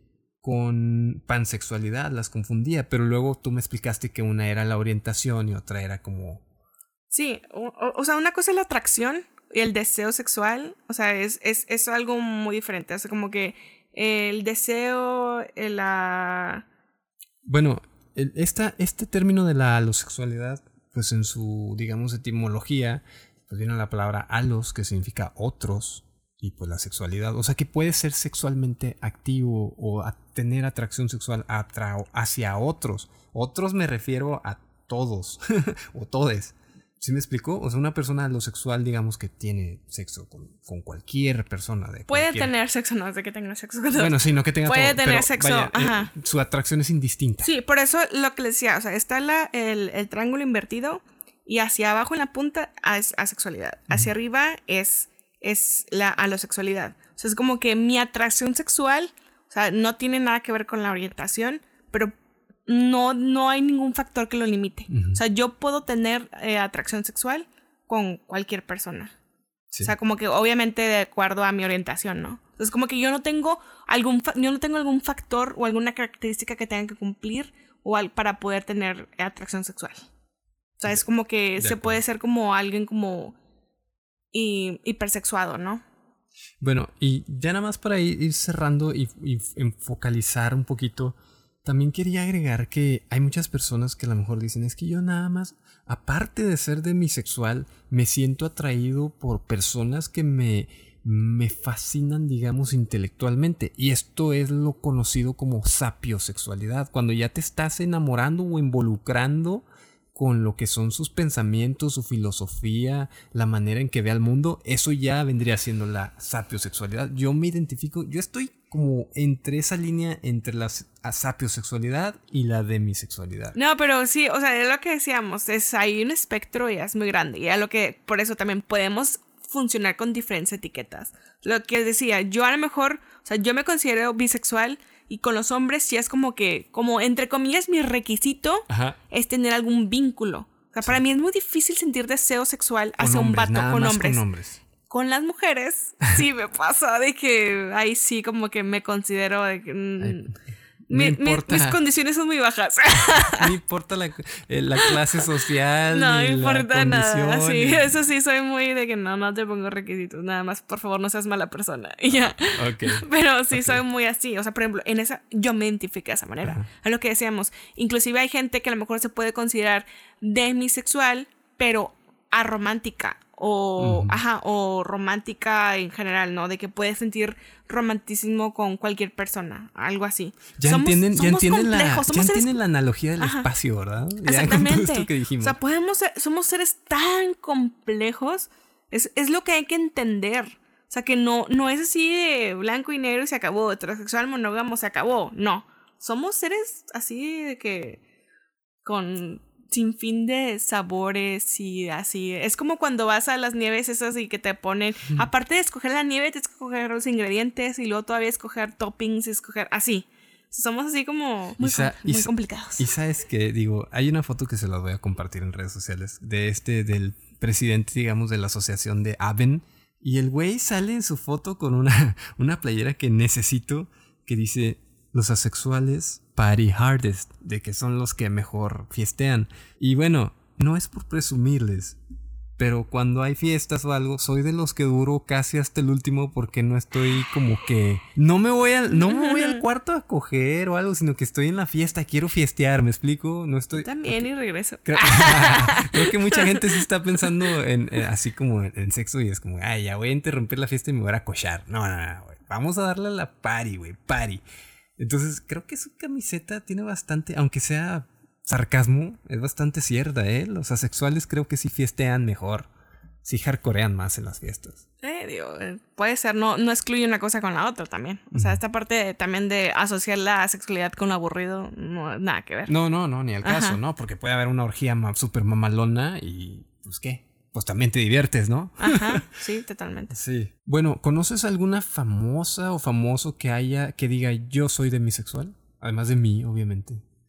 con pansexualidad, las confundía, pero luego tú me explicaste que una era la orientación y otra era como... Sí, o, o, o sea, una cosa es la atracción y el deseo sexual, o sea, es, es, es algo muy diferente, o sea, como que el deseo, la... Bueno, el, esta, este término de la alosexualidad, pues en su, digamos, etimología, pues viene la palabra alos, que significa otros, y pues la sexualidad, o sea que puede ser sexualmente activo o a tener atracción sexual atra- hacia otros. Otros me refiero a todos o todes. ¿Sí me explico? O sea, una persona alosexual, digamos, que tiene sexo con, con cualquier persona. De puede cualquier... tener sexo, no es de que tenga sexo con todos. Bueno, sí, no que tenga puede todo, tener pero, sexo, vaya, ajá. Eh, su atracción es indistinta. Sí, por eso lo que les decía, o sea, está la, el, el triángulo invertido y hacia abajo en la punta es asexualidad. Hacia uh-huh. arriba es, es la alosexualidad. O sea, es como que mi atracción sexual, o sea, no tiene nada que ver con la orientación, pero no, no hay ningún factor que lo limite. Uh-huh. O sea, yo puedo tener eh, atracción sexual con cualquier persona. Sí. O sea, como que obviamente de acuerdo a mi orientación, ¿no? Entonces, como que yo no tengo algún, fa- yo no tengo algún factor o alguna característica que tenga que cumplir o al, para poder tener atracción sexual. O sea, es como que de se acuerdo. Puede ser como alguien como y, hipersexuado, ¿no? Bueno, y ya nada más para ir, ir cerrando y, y focalizar un poquito, también quería agregar que hay muchas personas que a lo mejor dicen, es que yo nada más, aparte de ser demisexual, me siento atraído por personas que me, me fascinan, digamos, intelectualmente. Y esto es lo conocido como sapiosexualidad, cuando ya te estás enamorando o involucrando con lo que son sus pensamientos, su filosofía, la manera en que ve al mundo, eso ya vendría siendo la sapiosexualidad. Yo me identifico, yo estoy como entre esa línea entre la sapiosexualidad y la demisexualidad. No, pero sí, o sea, es lo que decíamos, es hay un espectro y es muy grande, y a lo que por eso también podemos funcionar con diferentes etiquetas. Lo que decía, yo a lo mejor, o sea, yo me considero bisexual. Y con los hombres sí es como que, como entre comillas, mi requisito Ajá. es tener algún vínculo. O sea, sí. Para mí es muy difícil sentir deseo sexual con hacia hombres, un vato con hombres. con hombres. Con las mujeres sí me pasa de que ahí sí como que me considero de que... Mm, mi, no mi, mis condiciones son muy bajas. No importa la, la clase social. No ni me importa la nada. Sí, y... eso sí, soy muy de que no, no te pongo requisitos. Nada más, por favor, no seas mala persona. Y ya. Okay. Pero sí, okay. soy muy así. O sea, por ejemplo, en esa, yo me identifiqué de esa manera. Uh-huh. A lo que decíamos. Inclusive hay gente que a lo mejor se puede considerar demisexual, pero aromántica. O, uh-huh. ajá, o romántica en general, ¿no? De que puedes sentir romanticismo con cualquier persona, algo así. Ya somos, entienden, somos ya entienden, la, complejos, ya somos entienden seres... la analogía del ajá. espacio, ¿verdad? Ya exactamente. Con todo esto que dijimos. O sea, podemos ser, somos seres tan complejos, es, es lo que hay que entender. O sea, que no, no es así de blanco y negro y se acabó, heterosexual, monógamo, se acabó. No, somos seres así de que con... sin fin de sabores y así. Es como cuando vas a las nieves esas y que te ponen, mm. aparte de escoger la nieve, te escoger los ingredientes y luego todavía escoger toppings, escoger así. Somos así como muy, sa- com- muy sa- complicados. Y sabes que, digo, hay una foto que se las voy a compartir en redes sociales de este, del presidente, digamos, de la asociación de Aven. Y el güey sale en su foto con una, una playera que necesito que dice... Los asexuales party hardest, de que son los que mejor fiestean. Y bueno, no es por presumirles, pero cuando hay fiestas o algo, soy de los que duro casi hasta el último porque no estoy como que... No me voy al, no me voy al cuarto a coger o algo, sino que estoy en la fiesta, quiero fiestear, ¿me explico? No estoy... También okay. Y regreso. Creo, creo que mucha gente sí está pensando en, en así como en, en sexo y es como, ay, ya voy a interrumpir la fiesta y me voy a cochar. No, no, no, güey. Vamos a darle a la party, güey, party. Entonces, creo que su camiseta tiene bastante, aunque sea sarcasmo, es bastante cierta, ¿eh? Los asexuales creo que sí fiestean mejor, sí hardcorean más en las fiestas. Sí, digo, puede ser, no, no excluye una cosa con la otra también. O sea, uh-huh. esta parte de, también de asociar la sexualidad con lo aburrido, no, nada que ver. No, no, no, ni al caso, Ajá. ¿no? Porque puede haber una orgía ma- súper mamalona y, pues, ¿qué? Pues también te diviertes, ¿no? Ajá, sí, totalmente. Sí. Bueno, ¿conoces alguna famosa o famoso que haya, que diga yo soy demisexual? Además de mí, obviamente.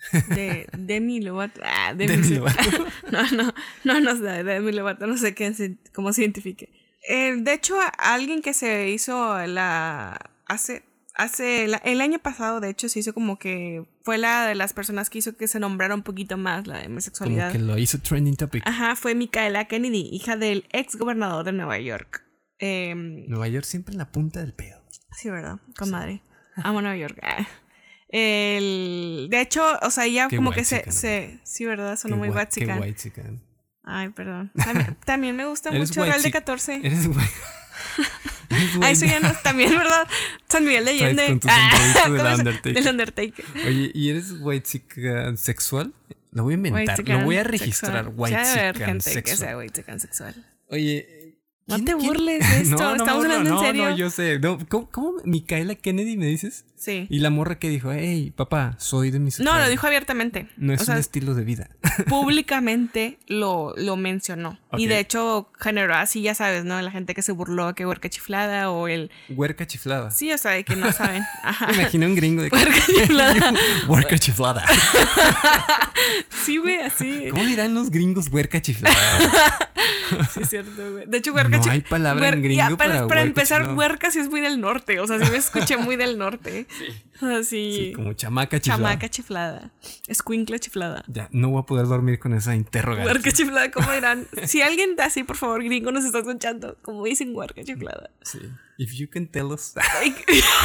De Demi Lovato. Ah, Demi, Demi sí. Lovato. no, no, no, no sé, Demi Lovato, no sé qué, se- cómo se identifique. Eh, de hecho, a- alguien que se hizo la... Hace... Hace la- el año pasado, de hecho, se hizo como que fue la de las personas que hizo que se nombrara un poquito más la homosexualidad. Como que lo hizo trending topic. Ajá, fue Micaela Kennedy, hija del ex gobernador de Nueva York. Eh, Nueva York siempre en la punta del pedo. sí, ¿verdad? Con madre. Amo Nueva York. Ah. El, de hecho, o sea, ella Qué como que se, whitezican, se... Sí, ¿verdad? Sonó Qué muy gua- whitezican. Qué whitezican. Ay, perdón. También, también me gusta Eres mucho Real de whitezic- catorce. Eres güey. Eres Ah, eso güey. ya no es también, ¿verdad? San Miguel de Traes Allende. con tu Ah, sombrerito del ¿cómo se- Undertaker. Del Undertaker. Oye, ¿y eres whitezican sexual? Lo voy a inventar, Whitezican lo voy a registrar. sexual. Ya debe haber Whitezican gente que sea sexual. whitezican sexual. Oye, No ¿quién- te quién- burles de esto, No, no me estamos burlo, hablando en no, serio. No, yo sé. No, ¿cómo, cómo Micaela Kennedy me dices? Sí. Y la morra que dijo, hey, papá, soy de mis... No, lo dijo abiertamente. No es o sea, un estilo de vida. públicamente lo, lo mencionó. Ok. Y de hecho generó así, ya sabes, ¿no? La gente que se burló, que huerca chiflada o el... Huerca chiflada. Sí, o sea, de que no saben. Ajá. Me imaginé un gringo de que... Huerca chiflada. Huerca chiflada. Sí, güey, así. ¿Cómo dirán los gringos huerca chiflada? Sí, es cierto, güey. De hecho, huerca No chi- hay palabra en huer- gringo ya, para para, huerca empezar, chiflada. huerca sí es muy del norte. O sea, sí me escuché muy del norte. Sí. Así. Sí, como chamaca chiflada. Chamaca chiflada. Escuincla chiflada. Ya, no voy a poder dormir con esa interrogante. Huerca chiflada, ¿cómo dirán? Si alguien así, por favor, gringo, nos está escuchando, como dicen huerca chiflada. Sí. If you can tell us... Ay,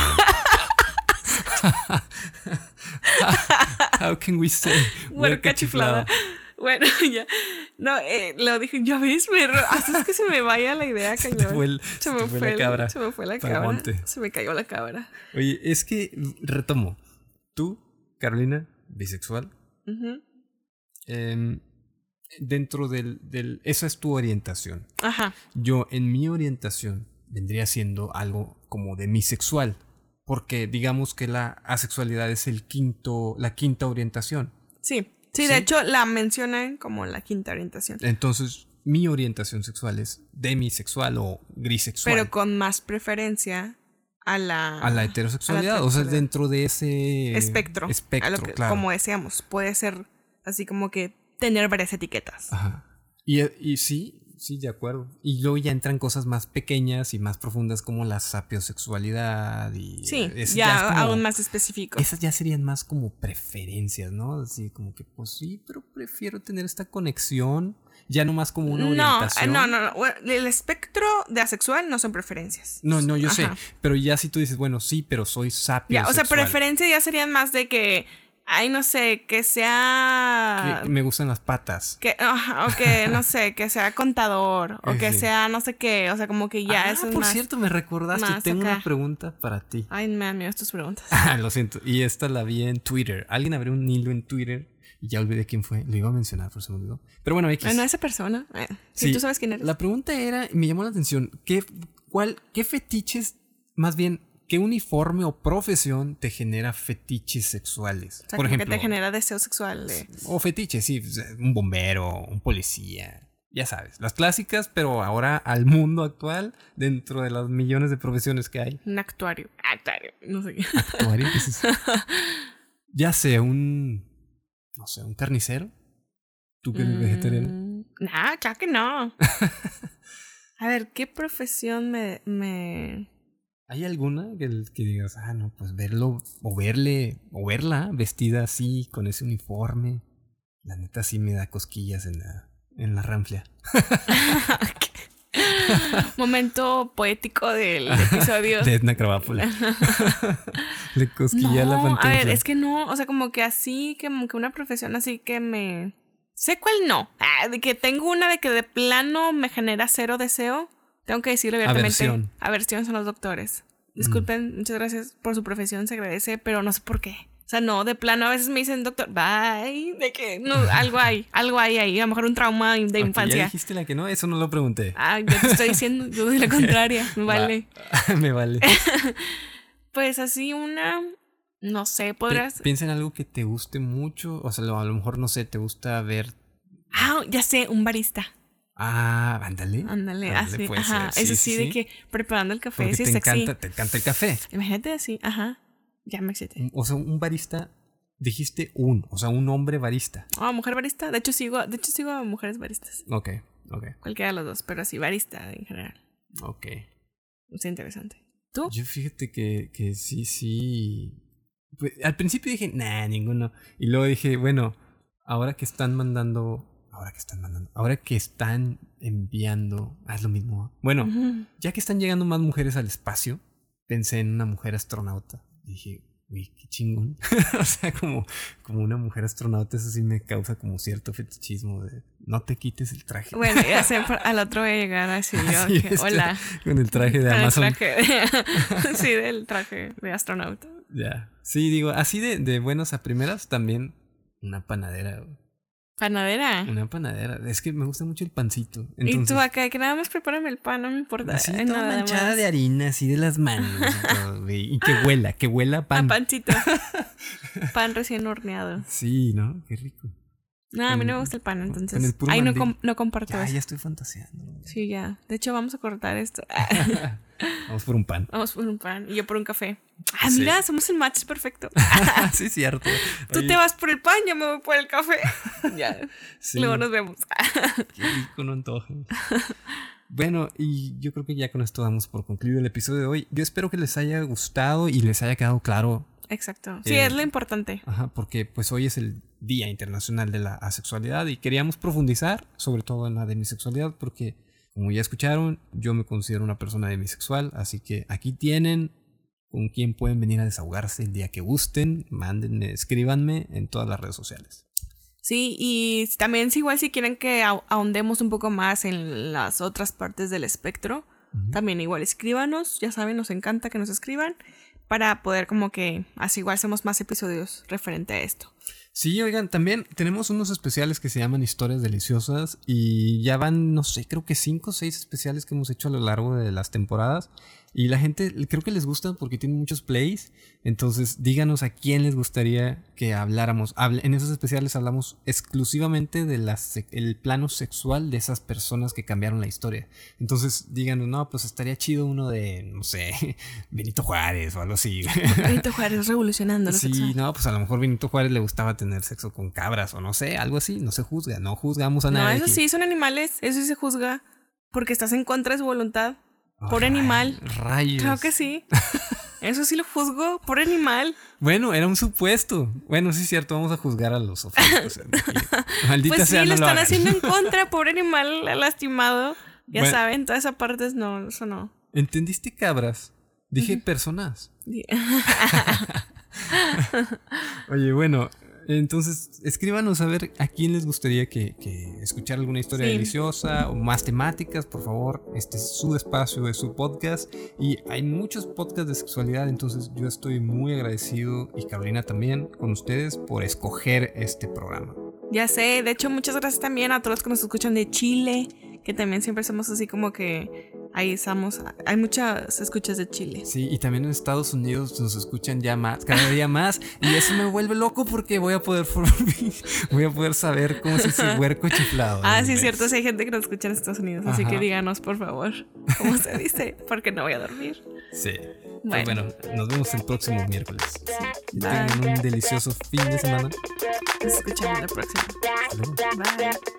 How can we say huerca chiflada. Bueno, ya. No, eh, lo dije, ya ves, me ro- haces que se me vaya la idea, Se cañón. te fue, el- Se se me te fue fue la el- cabra. Se me fue la para cabra. monte. Se me cayó la cabra. Oye, es que retomo. Tú, Carolina, bisexual, Ujú. em, dentro del, del... Esa es tu orientación. Ajá. Yo, en mi orientación, vendría siendo algo como demisexual. Porque digamos que la asexualidad es el quinto, la quinta orientación. Sí. Sí, ¿Sí? de hecho la mencionan como la quinta orientación. Entonces, mi orientación sexual es demisexual o grisexual. Pero con más preferencia a la... a la heterosexualidad. a la O sea, heterosexualidad. dentro de ese espectro. espectro, a lo que, claro. Como decíamos, puede ser así como que tener varias etiquetas. Ajá. Y, y sí, sí, de acuerdo. Y luego ya entran cosas más pequeñas y más profundas como la sapiosexualidad y... Sí, es- ya, es como- aún más específico. Esas ya serían más como preferencias, ¿no? Así como que, pues sí, pero prefiero tener esta conexión. Ya no más como una No, orientación. no, no, no. Bueno, el espectro de asexual no son preferencias. No, no, yo sé. Ajá. Pero ya si tú dices, bueno, sí, pero soy sapiosexual. Ya, o sea, preferencias ya serían más de que, ay, no sé, que sea... Que me gustan las patas. Que, ajá, o que, no sé, que sea contador, o que Sí. sea no sé qué, o sea, como que ya ah, eso es por más... cierto, me recordaste. más Tengo acá. una pregunta para ti. Ay, me dan miedo estas preguntas. Ah, lo siento. Y esta la vi en Twitter. Alguien abrió un hilo en Twitter y ya olvidé quién fue. Lo iba a mencionar, pero se me olvidó. Pero bueno, X. Bueno, esa persona, eh, si Sí, tú sabes quién eres. La pregunta era, y me llamó la atención, ¿qué, cuál, qué fetiches, más bien, qué uniforme o profesión te genera fetiches sexuales? O sea, Por como ejemplo, que te genera deseo sexual. De... o fetiches, sí, o sea, un bombero, un policía, ya sabes, las clásicas, pero ahora al mundo actual, dentro de las millones de profesiones que hay. Un actuario. Actuario, no sé qué. Actuario, ¿qué es eso? Ya sé, un, no sé, un carnicero. ¿Tú que eres vegetariano? Mm, nah, claro que no. A ver, ¿qué profesión me... me... ¿Hay alguna que, que digas, ah, no, pues verlo, o verle, o verla vestida así, con ese uniforme? La neta sí me da cosquillas en la, en la ranflia. Momento poético del episodio. De Edna Krabappel. Le cosquilla la No, pantufla. a ver, es que no, o sea, como que así, como que una profesión así que me... Sé cuál no. Ah, de que tengo una de que de plano me genera cero deseo. Tengo que decirlo abiertamente. Aversión. Aversión son los doctores. Disculpen, muchas gracias por su profesión, se agradece, pero no sé por qué. O sea, no, de plano a veces me dicen, doctor, bye, de que no, algo hay, algo hay ahí, a lo mejor un trauma de Ok, infancia. ¿ya dijiste la que no? Eso no lo pregunté. Ah, yo te estoy diciendo, yo doy la contraria, me vale. Va. Me vale. Pues así una, no sé, Pi- podrás... Piensa en algo que te guste mucho. O sea, lo- a lo mejor, no sé, te gusta ver... Ah, ya sé, un barista. Ah, ándale. Ándale, así, puede ajá. ser. Eso sí, de que preparando el café, Porque sí, te sexy. encanta, te encanta el café. Imagínate así, ajá. Ya me excité. O sea, un barista Dijiste un, o sea, un hombre barista. Ah, oh, mujer barista. De hecho, sigo, de hecho, sigo a mujeres baristas. Ok, ok. Cualquiera de los dos, pero sí, barista en general. Ok. Es interesante. ¿Tú? Yo fíjate que, que sí, sí. Pues, al principio dije, nah, ninguno. Y luego dije, bueno, ahora que están mandando. Ahora que están mandando. Ahora que están enviando. Ah, es lo mismo. Bueno, uh-huh. Ya que están llegando más mujeres al espacio, pensé en una mujer astronauta. Y dije, uy, qué chingón. O sea, como, como una mujer astronauta, eso sí me causa como cierto fetichismo de no te quites el traje. Bueno, ya sé, al otro voy a llegar así yo. Así que, es, hola. Con el traje de con Amazon. El traje de, sí, del traje de astronauta. Ya. Sí, digo, así de, de buenas a primeras, también una panadera. ¿Panadera? Una panadera. Es que me gusta mucho el pancito. Entonces, y tú acá, que nada más prepárame el pan, no me importa. Así, toda toda manchada más. de harina, así de las manos. Y, todo, güey. Y que huela, que huela a pan. A pancito. Pan recién horneado. Sí, ¿no? Qué rico. No, a mí no me gusta el pan, entonces. Con el puro ahí no, mandil. com- no comparto ya, eso. Ya estoy fantaseando. Sí, ya. De hecho, vamos a cortar esto. Vamos por un pan. Vamos por un pan y yo por un café. Ah, sí. Mira, somos el match perfecto. Sí, cierto. Tú Oye, te vas por el pan, yo me voy por el café. Ya. sí. Luego nos vemos. Qué rico, no antoje. Bueno, y yo creo que ya con esto damos por concluido el episodio de hoy. Yo espero que les haya gustado y les haya quedado claro. Exacto. Sí, eh, es lo importante. Ajá, porque pues hoy es el Día Internacional de la Asexualidad y queríamos profundizar sobre todo en la demisexualidad porque, como ya escucharon, yo me considero una persona demisexual, así que aquí tienen con quién pueden venir a desahogarse el día que gusten. Mándenme, escríbanme en todas las redes sociales. Sí, y también si igual si quieren que ahondemos un poco más en las otras partes del espectro, uh-huh. También igual escríbanos, ya saben, nos encanta que nos escriban para poder como que así igual hacemos más episodios referente a esto. Sí, oigan, también tenemos unos especiales que se llaman Historias Deliciosas y ya van, no sé, creo que cinco o seis especiales que hemos hecho a lo largo de las temporadas y la gente creo que les gusta porque tienen muchos plays, entonces díganos a quién les gustaría que habláramos. En esos especiales hablamos exclusivamente del plano sexual de esas personas que cambiaron la historia, entonces díganos, no, pues estaría chido uno de, no sé, Benito Juárez o algo así. Benito Juárez revolucionando. Sí, sexual. No, pues a lo mejor Benito Juárez le gustaba tener sexo con cabras o no sé, algo así, no se juzga, no juzgamos a nadie. No, eso sí, son animales, eso sí se juzga porque estás en contra de su voluntad. Oh, por animal. Rayos. Claro que sí. Eso sí lo juzgo, por animal. Bueno, era un supuesto. Bueno, sí es cierto, vamos a juzgar a los ofendidos. Maldita pues sí, sea, lo no están lo haciendo en contra, pobre animal lastimado. Ya bueno, saben, toda esa parte no, eso no. ¿Entendiste cabras? Dije uh-huh. personas. Oye, bueno, entonces escríbanos a ver a quién les gustaría que, que escuchar alguna historia sí. deliciosa o más temáticas, por favor. Este es su espacio, es su podcast y hay muchos podcasts de sexualidad, entonces yo estoy muy agradecido y Carolina también con ustedes por escoger este programa. Ya sé, de hecho muchas gracias también a todos los que nos escuchan de Chile, que también siempre somos así como que ahí estamos, hay muchas escuchas de Chile. Sí, y también en Estados Unidos nos escuchan ya más, cada día más, y eso me vuelve loco porque voy a poder voy a poder saber cómo es ese huerco chiflado. Ah, sí, es cierto, sí hay gente que nos escucha en Estados Unidos, Ajá. Así que díganos, por favor, cómo se dice, porque no voy a dormir. Sí. Bueno, pues bueno, nos vemos el próximo miércoles. Sí. Tengan un delicioso fin de semana. Nos escuchamos la próxima. Hasta luego. Bye.